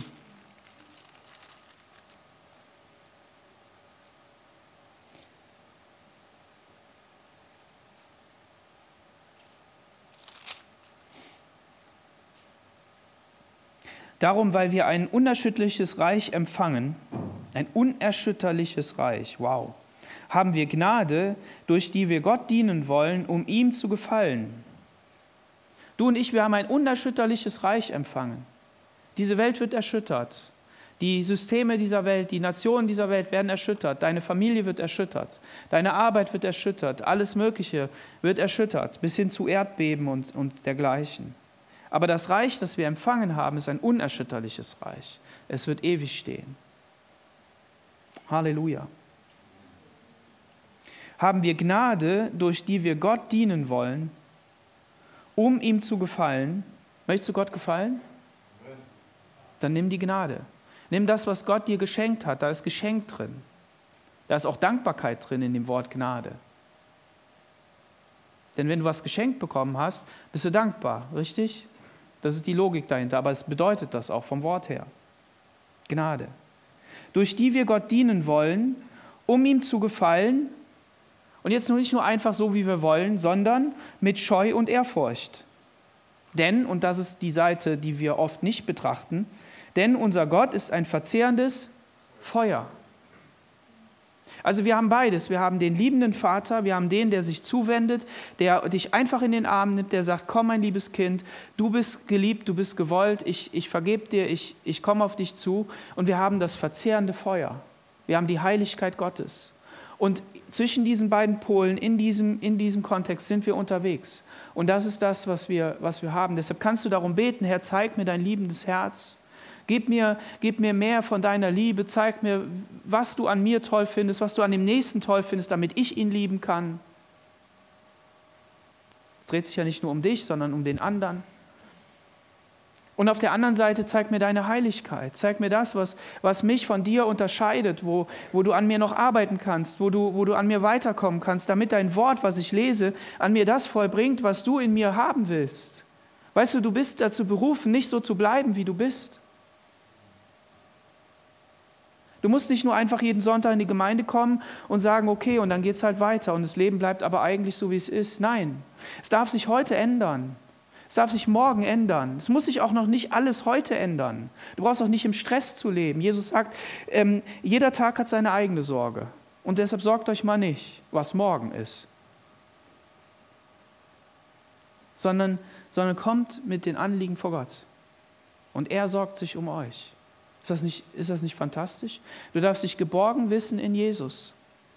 Darum, weil wir ein unerschütterliches Reich empfangen, ein unerschütterliches Reich, wow, haben wir Gnade, durch die wir Gott dienen wollen, um ihm zu gefallen. Du und ich, wir haben ein unerschütterliches Reich empfangen. Diese Welt wird erschüttert. Die Systeme dieser Welt, die Nationen dieser Welt werden erschüttert. Deine Familie wird erschüttert. Deine Arbeit wird erschüttert. Alles Mögliche wird erschüttert, bis hin zu Erdbeben und, und dergleichen. Aber das Reich, das wir empfangen haben, ist ein unerschütterliches Reich. Es wird ewig stehen. Halleluja. Haben wir Gnade, durch die wir Gott dienen wollen, um ihm zu gefallen. Möchtest du Gott gefallen? Dann nimm die Gnade. Nimm das, was Gott dir geschenkt hat. Da ist Geschenk drin. Da ist auch Dankbarkeit drin in dem Wort Gnade. Denn wenn du was geschenkt bekommen hast, bist du dankbar, richtig? Das ist die Logik dahinter, aber es bedeutet das auch vom Wort her. Gnade. Durch die wir Gott dienen wollen, um ihm zu gefallen. Und jetzt nur nicht nur einfach so, wie wir wollen, sondern mit Scheu und Ehrfurcht. Denn, und das ist die Seite, die wir oft nicht betrachten, denn unser Gott ist ein verzehrendes Feuer. Also wir haben beides. Wir haben den liebenden Vater, wir haben den, der sich zuwendet, der dich einfach in den Arm nimmt, der sagt, komm mein liebes Kind, du bist geliebt, du bist gewollt, ich, ich vergebe dir, ich, ich komme auf dich zu. Und wir haben das verzehrende Feuer. Wir haben die Heiligkeit Gottes. Und zwischen diesen beiden Polen, in diesem, in diesem Kontext sind wir unterwegs. Und das ist das, was wir, was wir haben. Deshalb kannst du darum beten, Herr, zeig mir dein liebendes Herz. Gib mir, gib mir mehr von deiner Liebe. Zeig mir, was du an mir toll findest, was du an dem Nächsten toll findest, damit ich ihn lieben kann. Es dreht sich ja nicht nur um dich, sondern um den anderen. Und auf der anderen Seite zeig mir deine Heiligkeit. Zeig mir das, was, was mich von dir unterscheidet, wo, wo du an mir noch arbeiten kannst, wo du, wo du an mir weiterkommen kannst, damit dein Wort, was ich lese, an mir das vollbringt, was du in mir haben willst. Weißt du, du bist dazu berufen, nicht so zu bleiben, wie du bist. Du musst nicht nur einfach jeden Sonntag in die Gemeinde kommen und sagen, okay, und dann geht es halt weiter und das Leben bleibt aber eigentlich so, wie es ist. Nein, es darf sich heute ändern. Es darf sich morgen ändern. Es muss sich auch noch nicht alles heute ändern. Du brauchst auch nicht im Stress zu leben. Jesus sagt, ähm, jeder Tag hat seine eigene Sorge. Und deshalb sorgt euch mal nicht, was morgen ist. Sondern, sondern kommt mit den Anliegen vor Gott. Und er sorgt sich um euch. Ist das nicht, ist das nicht fantastisch? Du darfst dich geborgen wissen in Jesus.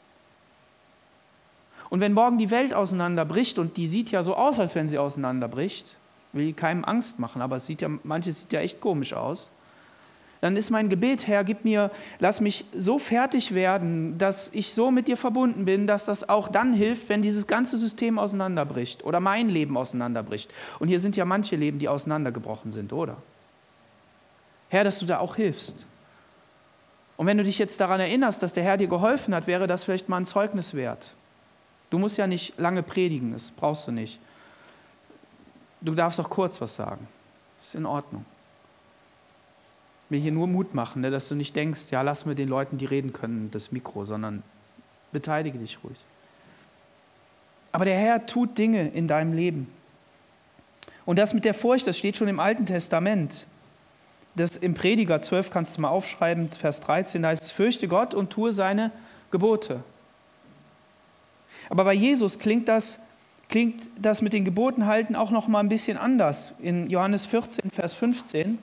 Und wenn morgen die Welt auseinanderbricht, und die sieht ja so aus, als wenn sie auseinanderbricht, will keinem Angst machen, aber es sieht ja, manches sieht ja echt komisch aus, dann ist mein Gebet, Herr, gib mir, lass mich so fertig werden, dass ich so mit dir verbunden bin, dass das auch dann hilft, wenn dieses ganze System auseinanderbricht oder mein Leben auseinanderbricht. Und hier sind ja manche Leben, die auseinandergebrochen sind, oder? Herr, dass du da auch hilfst. Und wenn du dich jetzt daran erinnerst, dass der Herr dir geholfen hat, wäre das vielleicht mal ein Zeugnis wert. Du musst ja nicht lange predigen, das brauchst du nicht. Du darfst auch kurz was sagen. Das ist in Ordnung. Ich will hier nur Mut machen, ne, dass du nicht denkst, ja, lass mir den Leuten, die reden können, das Mikro, sondern beteilige dich ruhig. Aber der Herr tut Dinge in deinem Leben. Und das mit der Furcht, das steht schon im Alten Testament. Das im Prediger zwölf kannst du mal aufschreiben, Vers dreizehn, da heißt es, fürchte Gott und tue seine Gebote. Aber bei Jesus klingt das, klingt das mit den Geboten halten auch noch mal ein bisschen anders. In Johannes vierzehn, Vers fünfzehn.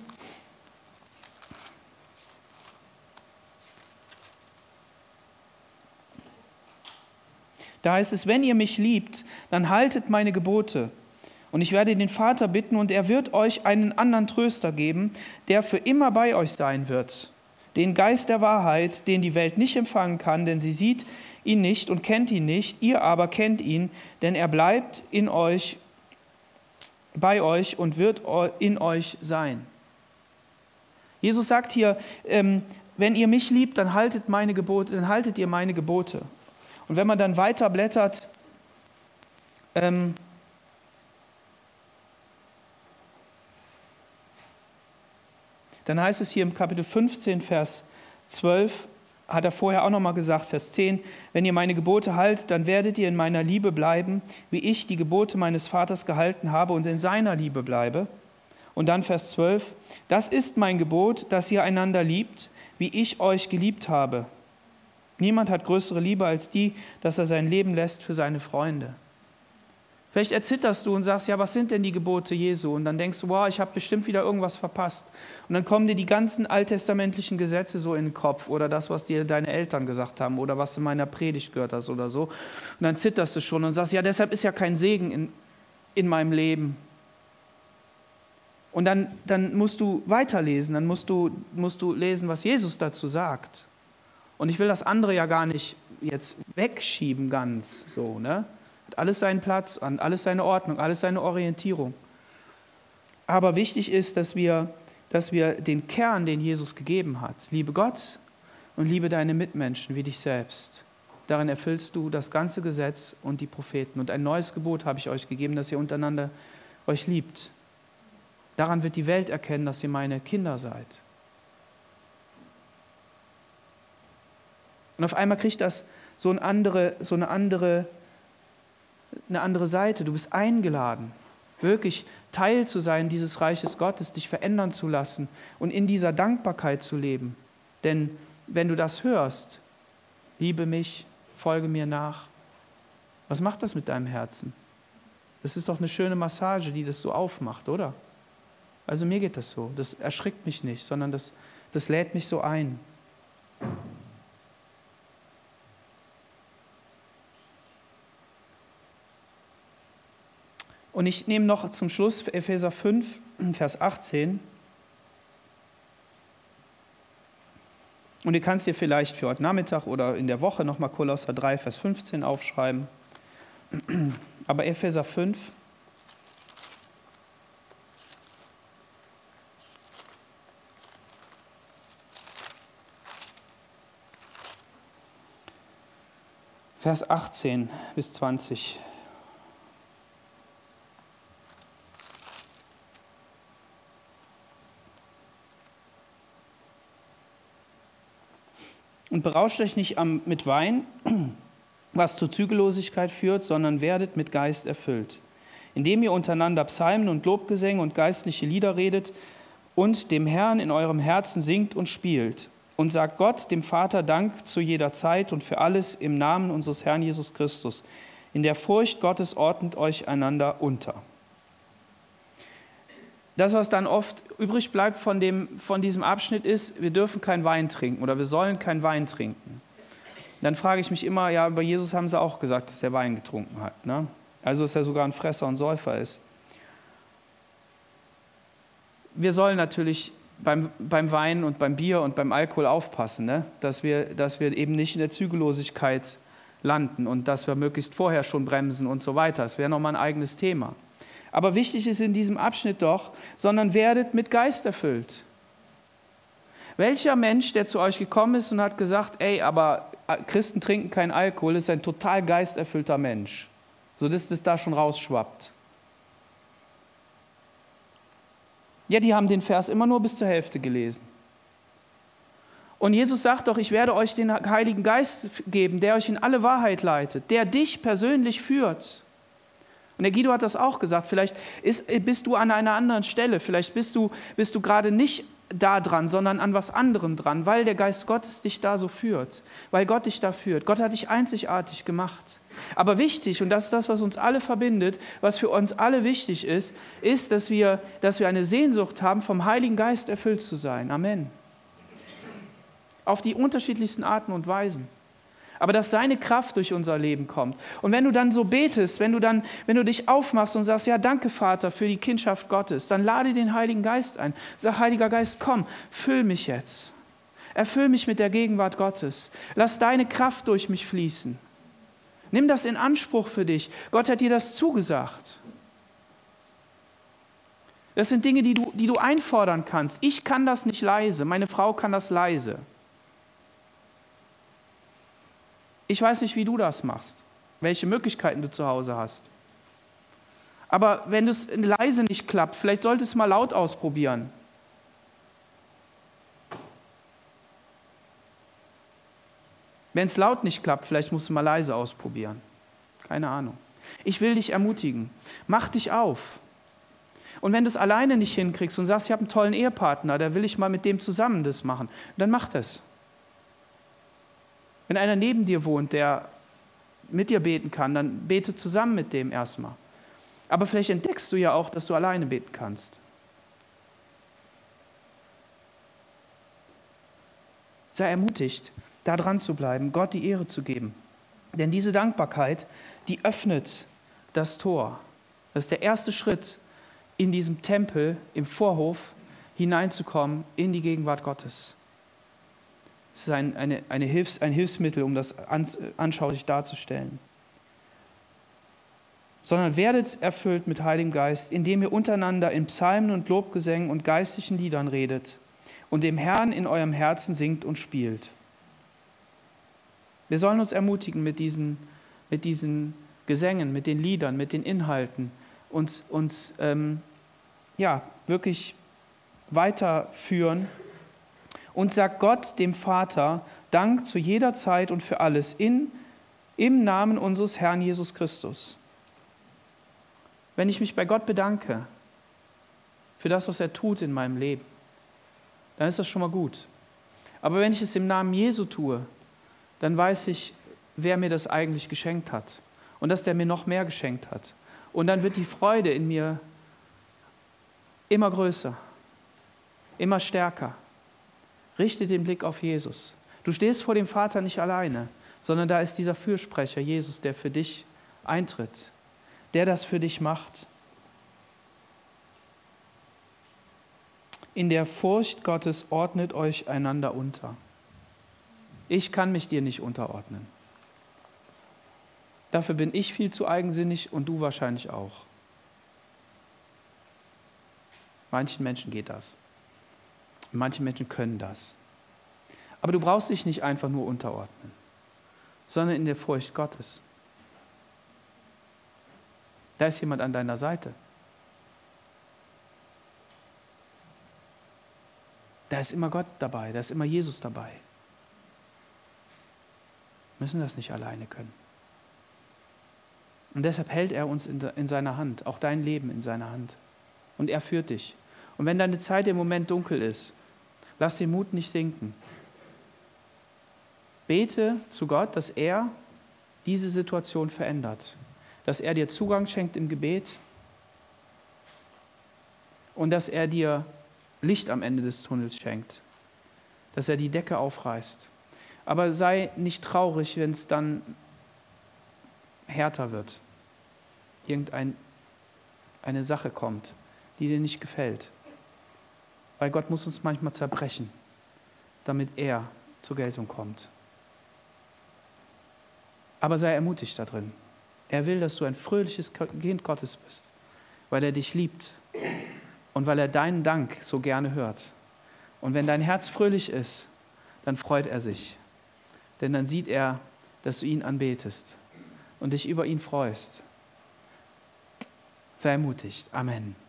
Da heißt es, wenn ihr mich liebt, dann haltet meine Gebote. Und ich werde den Vater bitten, und er wird euch einen anderen Tröster geben, der für immer bei euch sein wird. Den Geist der Wahrheit, den die Welt nicht empfangen kann, denn sie sieht ihn nicht und kennt ihn nicht. Ihr aber kennt ihn, denn er bleibt in euch, bei euch und wird in euch sein. Jesus sagt hier, ähm, wenn ihr mich liebt, dann haltet meine Gebote, dann haltet ihr meine Gebote. Und wenn man dann weiter blättert, ähm, dann heißt es hier im Kapitel fünfzehn, Vers zwölf, hat er vorher auch nochmal gesagt, Vers zehn, wenn ihr meine Gebote haltet, dann werdet ihr in meiner Liebe bleiben, wie ich die Gebote meines Vaters gehalten habe und in seiner Liebe bleibe. Und dann Vers zwölf, das ist mein Gebot, dass ihr einander liebt, wie ich euch geliebt habe. Niemand hat größere Liebe als die, dass er sein Leben lässt für seine Freunde. Vielleicht erzitterst du und sagst, ja, was sind denn die Gebote Jesu? Und dann denkst du, wow, ich habe bestimmt wieder irgendwas verpasst. Und dann kommen dir die ganzen alttestamentlichen Gesetze so in den Kopf oder das, was dir deine Eltern gesagt haben oder was du in meiner Predigt gehört hast oder so. Und dann zitterst du schon und sagst, ja, deshalb ist ja kein Segen in, in meinem Leben. Und dann, dann musst du weiterlesen, dann musst du, musst du lesen, was Jesus dazu sagt. Und ich will das andere ja gar nicht jetzt wegschieben ganz so, ne? Hat alles seinen Platz, alles seine Ordnung, alles seine Orientierung. Aber wichtig ist, dass wir, dass wir den Kern, den Jesus gegeben hat, liebe Gott und liebe deine Mitmenschen wie dich selbst. Darin erfüllst du das ganze Gesetz und die Propheten. Und ein neues Gebot habe ich euch gegeben, dass ihr untereinander euch liebt. Daran wird die Welt erkennen, dass ihr meine Kinder seid. Und auf einmal kriegt das so eine andere, so eine andere, eine andere Seite. Du bist eingeladen, wirklich Teil zu sein dieses Reiches Gottes, dich verändern zu lassen und in dieser Dankbarkeit zu leben. Denn wenn du das hörst, liebe mich, folge mir nach, was macht das mit deinem Herzen? Das ist doch eine schöne Massage, die das so aufmacht, oder? Also mir geht das so. Das erschrickt mich nicht, sondern das, das lädt mich so ein. Und ich nehme noch zum Schluss Epheser fünf, Vers achtzehn. Und ihr kannst dir vielleicht für heute Nachmittag oder in der Woche nochmal Kolosser drei, Vers fünfzehn aufschreiben. Aber Epheser fünf. Vers achtzehn bis zwanzig. Und berauscht euch nicht am, mit Wein, was zur Zügellosigkeit führt, sondern werdet mit Geist erfüllt. indem ihr untereinander Psalmen und Lobgesänge und geistliche Lieder redet und dem Herrn in eurem Herzen singt und spielt. Und sagt Gott, dem Vater, Dank zu jeder Zeit und für alles im Namen unseres Herrn Jesus Christus. In der Furcht Gottes ordnet euch einander unter. Das, was dann oft übrig bleibt von, dem, von diesem Abschnitt ist, wir dürfen keinen Wein trinken oder wir sollen keinen Wein trinken. Dann frage ich mich immer, ja, bei Jesus haben sie auch gesagt, dass er Wein getrunken hat. Ne? Also, dass er sogar ein Fresser und Säufer ist. Wir sollen natürlich beim, beim Wein und beim Bier und beim Alkohol aufpassen, ne? dass wir, dass wir eben nicht in der Zügellosigkeit landen und dass wir möglichst vorher schon bremsen und so weiter. Das wäre nochmal ein eigenes Thema. Aber wichtig ist in diesem Abschnitt doch, sondern werdet mit Geist erfüllt. Welcher Mensch, der zu euch gekommen ist und hat gesagt, ey, aber Christen trinken keinen Alkohol, ist ein total geisterfüllter Mensch, sodass das da schon rausschwappt. Ja, die haben den Vers immer nur bis zur Hälfte gelesen. Und Jesus sagt doch, ich werde euch den Heiligen Geist geben, der euch in alle Wahrheit leitet, der dich persönlich führt. Und der Guido hat das auch gesagt, vielleicht ist, bist du an einer anderen Stelle, vielleicht bist du, bist du gerade nicht da dran, sondern an was anderem dran, weil der Geist Gottes dich da so führt, weil Gott dich da führt. Gott hat dich einzigartig gemacht. Aber wichtig, und das ist das, was uns alle verbindet, was für uns alle wichtig ist, ist, dass wir, dass wir eine Sehnsucht haben, vom Heiligen Geist erfüllt zu sein. Amen. Auf die unterschiedlichsten Arten und Weisen. Aber dass seine Kraft durch unser Leben kommt. Und wenn du dann so betest, wenn du dann, wenn du dich aufmachst und sagst, ja, danke Vater für die Kindschaft Gottes, dann lade den Heiligen Geist ein. Sag, Heiliger Geist, komm, füll mich jetzt. Erfüll mich mit der Gegenwart Gottes. Lass deine Kraft durch mich fließen. Nimm das in Anspruch für dich. Gott hat dir das zugesagt. Das sind Dinge, die du, die du einfordern kannst. Ich kann das nicht leise, meine Frau kann das leise. Ich weiß nicht, wie du das machst, welche Möglichkeiten du zu Hause hast. Aber wenn es leise nicht klappt, vielleicht solltest du es mal laut ausprobieren. Wenn es laut nicht klappt, vielleicht musst du mal leise ausprobieren. Keine Ahnung. Ich will dich ermutigen. Mach dich auf. Und wenn du es alleine nicht hinkriegst und sagst, ich habe einen tollen Ehepartner, da will ich mal mit dem zusammen das machen, dann mach das. Wenn einer neben dir wohnt, der mit dir beten kann, dann bete zusammen mit dem erstmal. Aber vielleicht entdeckst du ja auch, dass du alleine beten kannst. Sei ermutigt, da dran zu bleiben, Gott die Ehre zu geben. Denn diese Dankbarkeit, die öffnet das Tor. Das ist der erste Schritt, in diesem Tempel, im Vorhof hineinzukommen in die Gegenwart Gottes. Es ist ein, eine, eine Hilfs-, ein Hilfsmittel, um das anschaulich darzustellen. Sondern werdet erfüllt mit Heiligem Geist, indem ihr untereinander in Psalmen und Lobgesängen und geistlichen Liedern redet und dem Herrn in eurem Herzen singt und spielt. Wir sollen uns ermutigen mit diesen, mit diesen Gesängen, mit den Liedern, mit den Inhalten, uns, uns ähm, ja, wirklich weiterführen. Und sagt Gott, dem Vater, Dank zu jeder Zeit und für alles in, im Namen unseres Herrn Jesus Christus. Wenn ich mich bei Gott bedanke für das, was er tut in meinem Leben, dann ist das schon mal gut. Aber wenn ich es im Namen Jesu tue, dann weiß ich, wer mir das eigentlich geschenkt hat und dass der mir noch mehr geschenkt hat. Und dann wird die Freude in mir immer größer, immer stärker. Richte den Blick auf Jesus. Du stehst vor dem Vater nicht alleine, sondern da ist dieser Fürsprecher, Jesus, der für dich eintritt, der das für dich macht. In der Furcht Gottes ordnet euch einander unter. Ich kann mich dir nicht unterordnen. Dafür bin ich viel zu eigensinnig und du wahrscheinlich auch. Manchen Menschen geht das. Manche Menschen können das. Aber du brauchst dich nicht einfach nur unterordnen, sondern in der Furcht Gottes. Da ist jemand an deiner Seite. Da ist immer Gott dabei, da ist immer Jesus dabei. Wir müssen das nicht alleine können. Und deshalb hält er uns in, in seiner Hand, auch dein Leben in seiner Hand. Und er führt dich. Und wenn deine Zeit im Moment dunkel ist, lass den Mut nicht sinken. Bete zu Gott, dass er diese Situation verändert, dass er dir Zugang schenkt im Gebet und dass er dir Licht am Ende des Tunnels schenkt, dass er die Decke aufreißt. Aber sei nicht traurig, wenn es dann härter wird, irgendeine Sache kommt, die dir nicht gefällt. Weil Gott muss uns manchmal zerbrechen, damit er zur Geltung kommt. Aber sei ermutigt da drin. Er will, dass du ein fröhliches Kind Gottes bist, weil er dich liebt und weil er deinen Dank so gerne hört. Und wenn dein Herz fröhlich ist, dann freut er sich. Denn dann sieht er, dass du ihn anbetest und dich über ihn freust. Sei ermutigt. Amen.